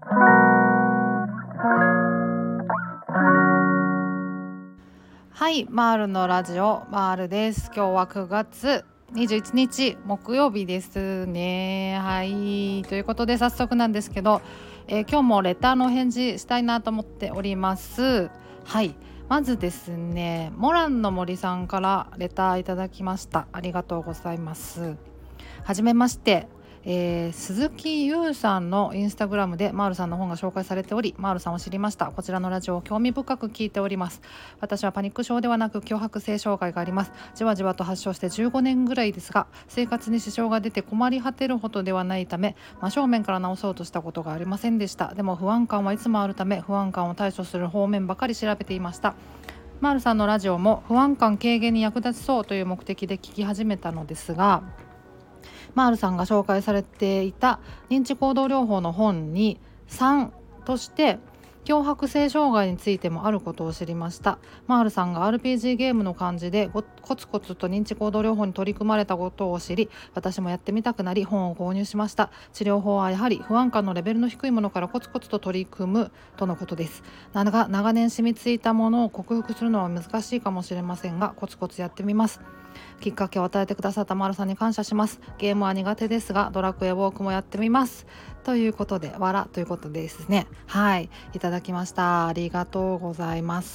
はい、マールのラジオマールです。今日は9月21日木曜日ですね。はい、ということで早速なんですけど、今日もレターの返事したいなと思っております。はい、まずですね、モランの森さんからレターいただきました。ありがとうございます。はじめまして、鈴木優さんのインスタグラムでマールさんの本が紹介されており、マールさんを知りました。こちらのラジオを興味深く聞いております。私はパニック症ではなく強迫性障害があります。じわじわと発症して15年ぐらいですが、生活に支障が出て困り果てるほどではないため、真正面から治そうとしたことがありませんでした。でも不安感はいつもあるため、不安感を対処する方面ばかり調べていました。マールさんのラジオも不安感軽減に役立ちそうという目的で聞き始めたのですが、マールさんが紹介されていた認知行動療法の本に3として強迫性障害についてもあることを知りました。マールさんが RPG ゲームの感じでコツコツと認知行動療法に取り組まれたことを知り、私もやってみたくなり本を購入しました。治療法はやはり不安感のレベルの低いものからコツコツと取り組むとのことです。長年染みついたものを克服するのは難しいかもしれませんが、コツコツやってみます。きっかけを与えてくださったマールさんに感謝します。ゲームは苦手ですがドラクエウォークもやってみますということで、わらということでですね、はい、いただきました。ありがとうございます。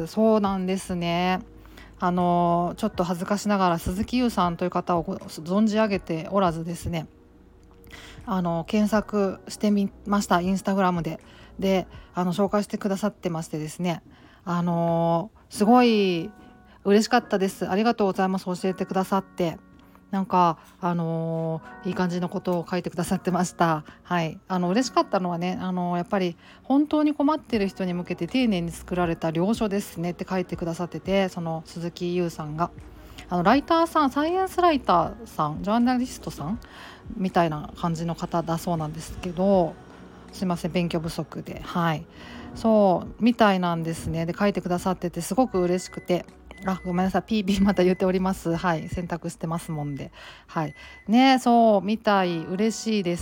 そうなんですね。ちょっと恥ずかしながら鈴木優さんという方を存じ上げておらずですね、検索してみました。インスタグラムで紹介してくださってましてですね、すごい嬉しかったです。ありがとうございます。教えてくださって、なんかいい感じのことを書いてくださってました。はい、嬉しかったのはね、やっぱり本当に困っている人に向けて丁寧に作られた領書ですねって書いてくださってて、その鈴木優さんがライターさん、サイエンスライターさん、ジャーナリストさんみたいな感じの方だそうなんですけど、すいません、勉強不足で、はい、そうみたいなんですね。で書いてくださっててすごく嬉しくて、ごめんなさい、ピーピーまた言っております。はい、選択してますもんで、はいね、そうみたい、嬉しいです。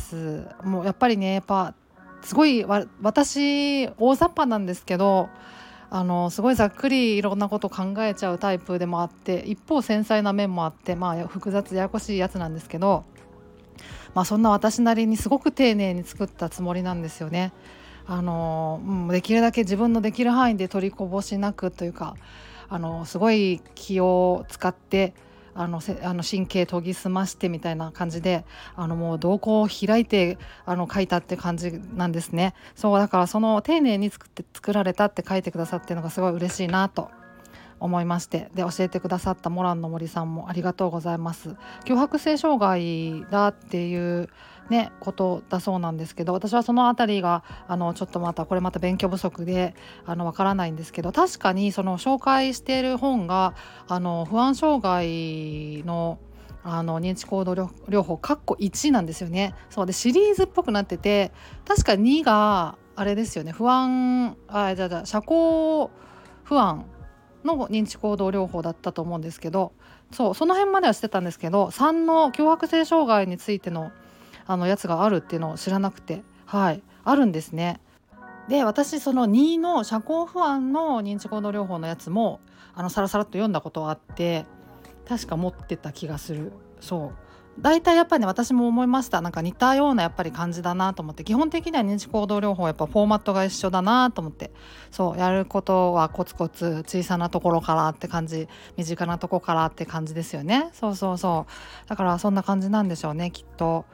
もうやっぱりね、やっぱすごい私大雑把なんですけど、すごいざっくりいろんなこと考えちゃうタイプでもあって、一方繊細な面もあって、複雑ややこしいやつなんですけど、そんな私なりにすごく丁寧に作ったつもりなんですよね。できるだけ自分のできる範囲で取りこぼしなくというか、すごい気を使って神経研ぎ澄ましてみたいな感じで、もう瞳孔を開いて書いたって感じなんですね。そうだから、その丁寧に作られたって書いてくださってるのがすごい嬉しいなと思いまして、で教えてくださったモランの森さんもありがとうございます。強迫性障害だっていうねことだそうなんですけど、私はそのあたりがちょっとまた勉強不足でわからないんですけど、確かにその紹介している本が不安障害の認知行動療法1なんですよね。そうで、シリーズっぽくなってて、確か2があれですよね、社交不安の認知行動療法だったと思うんですけど、その辺まではしてたんですけど、3の強迫性障害についてのやつがあるっていうのを知らなくて、はい、あるんですね。で、私その2の社交不安の認知行動療法のやつもさらさらっと読んだことがあって、確か持ってた気がする。そう大体やっぱりね、私も思いました。なんか似たようなやっぱり感じだなと思って、基本的には認知行動療法はやっぱフォーマットが一緒だなと思って、そうやることはコツコツ小さなところからって感じ、身近なところからって感じですよね。そうだからそんな感じなんでしょうね、きっと。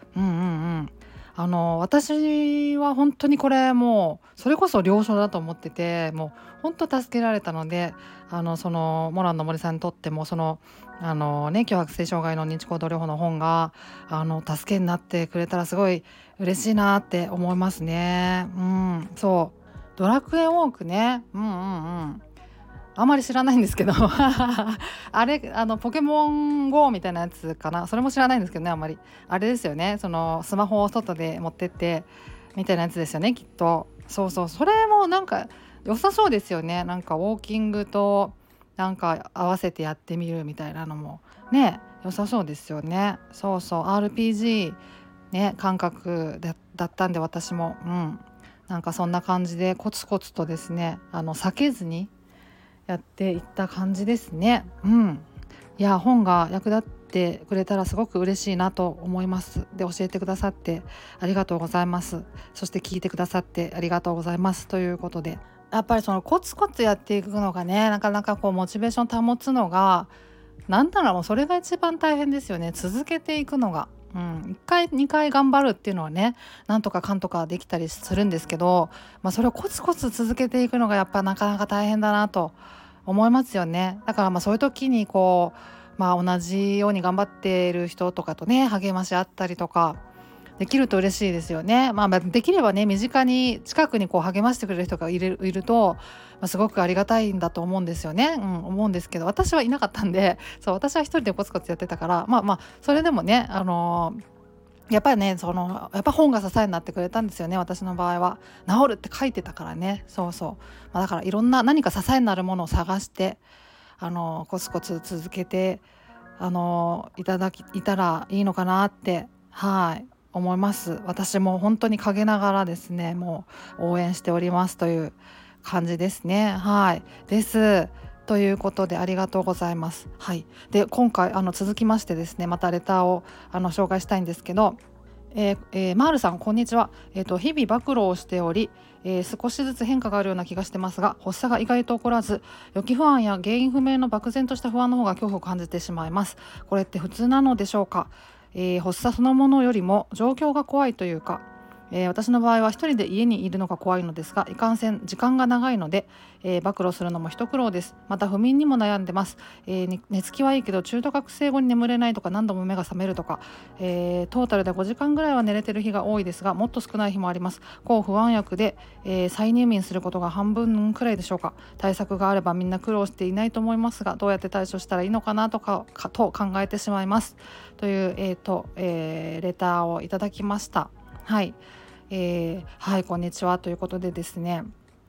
私は本当にこれもうそれこそ良書だと思ってて、もう本当助けられたので、そのモランの森さんにとっても、その強迫性障害の認知行動療法の本が助けになってくれたらすごい嬉しいなって思いますね。ドラクエウォークね、あまり知らないんですけどあれポケモン GO みたいなやつかな、それも知らないんですけどね、あんまりあれですよね、そのスマホを外で持ってってみたいなやつですよね、きっと。それもなんか良さそうですよね。なんかウォーキングとなんか合わせてやってみるみたいなのもね、良さそうですよね。RPG ね、感覚だったんで、私もなんかそんな感じでコツコツとですね避けずにやっていった感じですね。いや本が役立ってくれたらすごく嬉しいなと思います。で教えてくださってありがとうございます。そして聞いてくださってありがとうございますということで、やっぱりそのコツコツやっていくのがね、なかなかこうモチベーション保つのが、なんならもうそれが一番大変ですよね。続けていくのが。1回2回頑張るっていうのはね、なんとかかんとかできたりするんですけど、それをコツコツ続けていくのがやっぱなかなか大変だなと思いますよね。だからそういう時にこう、同じように頑張っている人とかとね励まし合ったりとかできると嬉しいですよね。できればね身近に近くにこう励ましてくれる人がいると、すごくありがたいんだと思うんですよね。思うんですけど、私はいなかったんで、そう私は一人でコツコツやってたから、それでもねやっぱりねやっぱ本が支えになってくれたんですよね。私の場合は治るって書いてたからね。そうそう、だからいろんな何か支えになるものを探してコツコツ続けていたらいいのかなって思います。私も本当に陰ながらですねもう応援しておりますという感じですね。ですということでありがとうございます。で今回続きましてですね、またレターを紹介したいんですけど、マールさんこんにちは。日々暴露をしており、少しずつ変化があるような気がしてますが、発作が意外と起こらず、予期不安や原因不明の漠然とした不安の方が恐怖を感じてしまいます。これって普通なのでしょうか？発作そのものよりも状況が怖いというか、私の場合は一人で家にいるのが怖いのですが、いかんせん時間が長いので、暴露するのも一苦労です。また不眠にも悩んでます。寝つきはいいけど中途覚醒後に眠れないとか、何度も目が覚めるとか、トータルで5時間ぐらいは寝れてる日が多いですが、もっと少ない日もあります。抗不安薬で、再入眠することが半分くらいでしょうか。対策があればみんな苦労していないと思いますが、どうやって対処したらいいのかなと考えてしまいますという、レターをいただきました。こんにちはということでですね、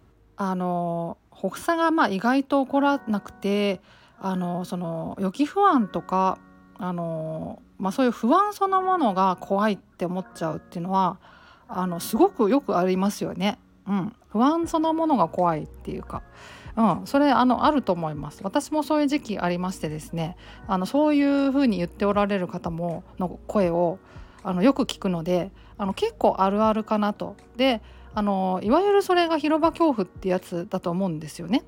発作が意外と起こらなくて、その予期不安とかそういう不安そのものが怖いって思っちゃうっていうのはすごくよくありますよね。不安そのものが怖いっていうか、それあると思います。私もそういう時期ありましてですね、そういうふうに言っておられる方もの声をよく聞くので、結構あるあるかなと。でいわゆるそれが広場恐怖ってやつだと思うんですよね。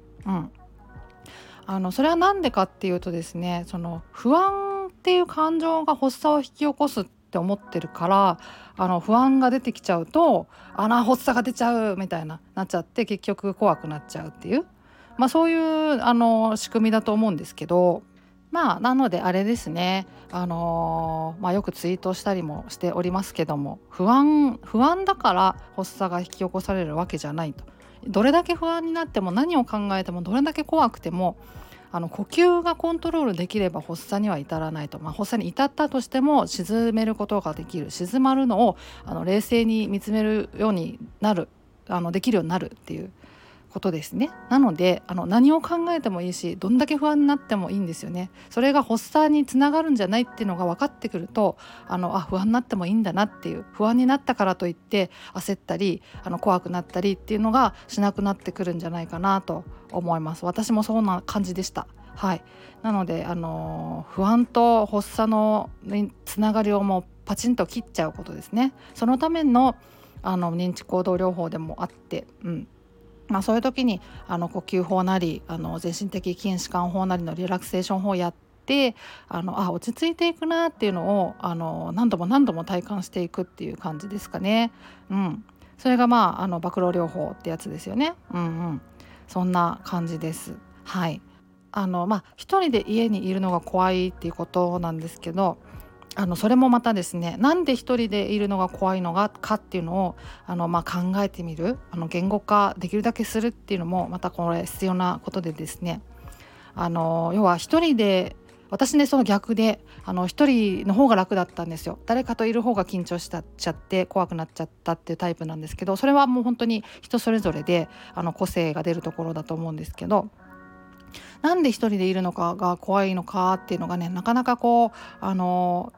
それは何でかっていうとですね、その不安っていう感情が発作を引き起こすって思ってるから、不安が出てきちゃうと発作が出ちゃうみたいなっちゃって、結局怖くなっちゃうっていう、そういう仕組みだと思うんですけど、なのであれですね、よくツイートしたりもしておりますけども、不安だから発作が引き起こされるわけじゃないと。どれだけ不安になっても何を考えてもどれだけ怖くても呼吸がコントロールできれば発作には至らないと。発作に至ったとしても沈めることができる、静まるのを冷静に見つめるようになる、できるようになるっていうことですね。なので何を考えてもいいし、どんだけ不安になってもいいんですよね。それが発作につながるんじゃないっていうのが分かってくると、不安になってもいいんだなっていう、不安になったからといって焦ったり怖くなったりっていうのがしなくなってくるんじゃないかなと思います。私もそんな感じでした。なので不安と発作のつながりをもうパチンと切っちゃうことですね。そのための認知行動療法でもあって、そういう時に呼吸法なり全身的筋弛緩法なりのリラクセーション法をやって落ち着いていくなっていうのを何度も何度も体感していくっていう感じですかね。それが暴露療法ってやつですよね。そんな感じです。一人で家にいるのが怖いっていうことなんですけど、それもまたですね、なんで一人でいるのが怖いのかっていうのを考えてみる、言語化できるだけするっていうのもまたこれ必要なことでですね、要は一人で、私ねその逆で一人の方が楽だったんですよ。誰かといる方が緊張しちゃって怖くなっちゃったっていうタイプなんですけど、それはもう本当に人それぞれで個性が出るところだと思うんですけど、なんで一人でいるのかが怖いのかっていうのがね、なかなか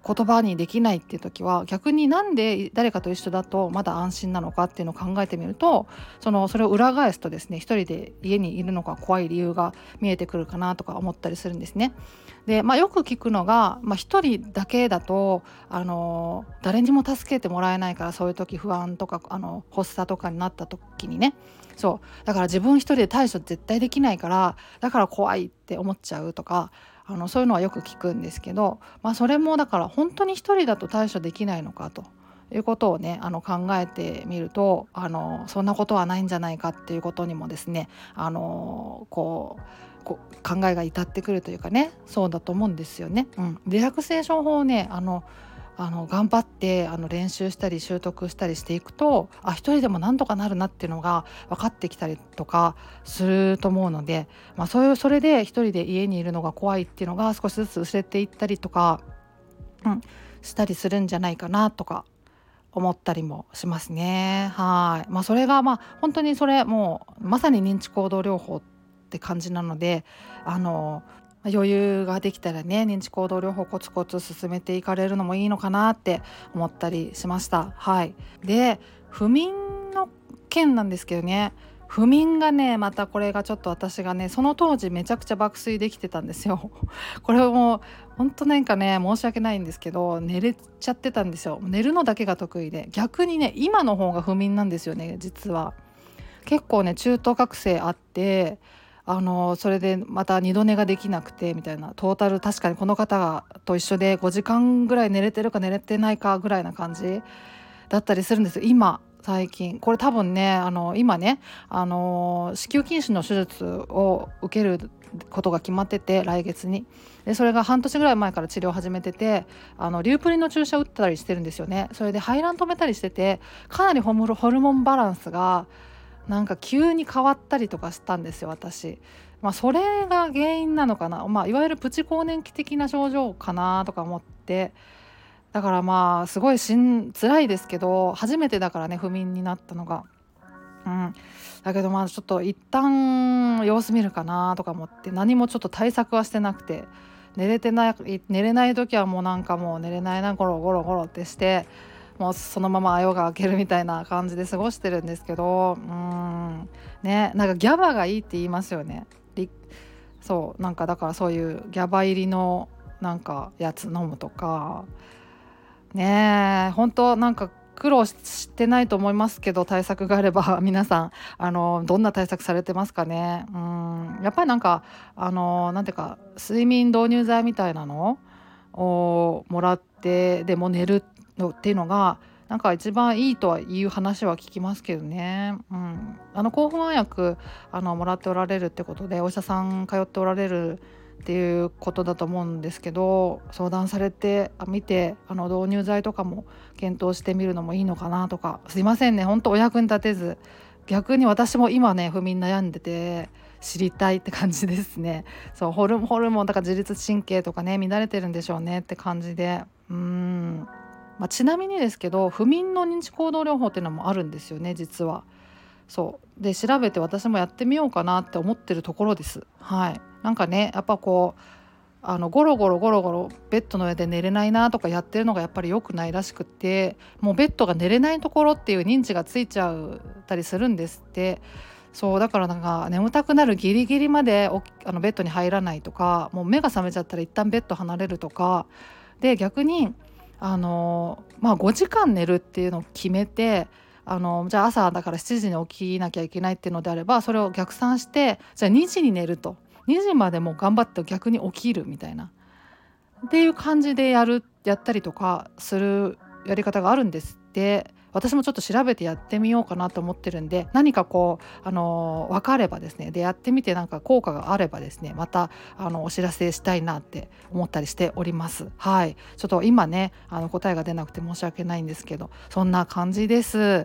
言葉にできないっていう時は、逆になんで誰かと一緒だとまだ安心なのかっていうのを考えてみると、それを裏返すとですね、一人で家にいるのが怖い理由が見えてくるかなとか思ったりするんですね。で、よく聞くのが、一人だけだと誰にも助けてもらえないから、そういう時不安とか発作とかになった時にね、だから自分一人で対処絶対できないから、だから怖いって思っちゃうとか、そういうのはよく聞くんですけど、それもだから本当に一人だと対処できないのかということをね考えてみると、そんなことはないんじゃないかっていうことにもですね、こう考えが至ってくるというかね、そうだと思うんですよね。リラクセーション法をね頑張って練習したり習得したりしていくと、一人でもなんとかなるなっていうのが分かってきたりとかすると思うので、それで一人で家にいるのが怖いっていうのが少しずつ薄れていったりとか、したりするんじゃないかなとか思ったりもしますね。はい。それが本当にそれもうまさに認知行動療法って感じなので、余裕ができたらね、認知行動療法コツコツ進めていかれるのもいいのかなって思ったりしました。はい。で、不眠の件なんですけどね、不眠がね、またこれがちょっと私がねその当時めちゃくちゃ爆睡できてたんですよ。これも本当なんかね申し訳ないんですけど、寝れちゃってたんですよ。寝るのだけが得意で、逆にね今の方が不眠なんですよね。実は結構ね中途覚醒あって、それでまた二度寝ができなくてみたいな、トータル確かにこの方がと一緒で5時間ぐらい寝れてるか寝れてないかぐらいな感じだったりするんですよ今最近。これ多分ね今ね子宮筋腫の手術を受けることが決まってて、来月に。でそれが半年ぐらい前から治療を始めてて、リュープリンの注射を打ったりしてるんですよね。それで排卵止めたりしてて、かなりホルモンバランスがなんか急に変わったりとかしたんですよ私。それが原因なのかな、いわゆるプチ更年期的な症状かなとか思って、だからすごい辛いですけど、初めてだからね不眠になったのが。だけどちょっと一旦様子見るかなとか思って、何もちょっと対策はしてなくて、寝れない時はもう寝れないな、ゴロゴロゴロってして、もうそのまま夜が明けるみたいな感じで過ごしてるんですけど、ね、なんかギャバがいいって言いますよね。そうなんかだからそういうギャバ入りのなんかやつ飲むとかね、本当なんか苦労してないと思いますけど、対策があれば皆さんどんな対策されてますかね。やっぱりなんかなんていうか睡眠導入剤みたいなのをもらって、でも寝るのっていうのがなんか一番いいとはいう話は聞きますけどね。抗不安薬もらっておられるってことで、お医者さん通っておられるっていうことだと思うんですけど、相談されてみて導入剤とかも検討してみるのもいいのかなとか。すいませんね本当お役に立てず、逆に私も今ね不眠悩んでて知りたいって感じですね。そうホルモンだから自律神経とかね乱れてるんでしょうねって感じで。ちなみにですけど、不眠の認知行動療法っていうのもあるんですよね実は。そうで調べて私もやってみようかなって思ってるところです。はい。なんかねやっぱこうゴロゴロゴロゴロベッドの上で寝れないなとかやってるのがやっぱり良くないらしくって、もうベッドが寝れないところっていう認知がついちゃったりするんですって。そうだからなんか眠たくなるギリギリまでベッドに入らないとか、もう目が覚めちゃったら一旦ベッド離れるとかで、逆に5時間寝るっていうのを決めて、じゃあ朝だから7時に起きなきゃいけないっていうのであれば、それを逆算して、じゃあ2時に寝ると、2時までも頑張って逆に起きるみたいなっていう感じでやったりとかするやり方があるんですって。私もちょっと調べてやってみようかなと思ってるんで、何かこう分かればですね、でやってみてなんか効果があればですね、またお知らせしたいなって思ったりしております。はい。ちょっと今ね答えが出なくて申し訳ないんですけど、そんな感じです。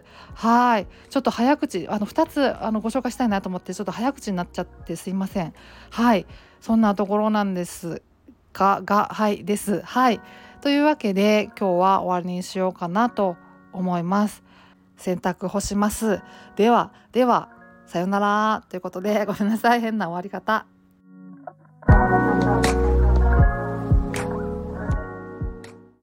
はい。ちょっと早口2つご紹介したいなと思って、ちょっと早口になっちゃってすいません。はい。そんなところなんですはいです。はい。というわけで今日は終わりにしようかなと思います。洗濯干します。ではさよならということで、ごめんなさい変な終わり方。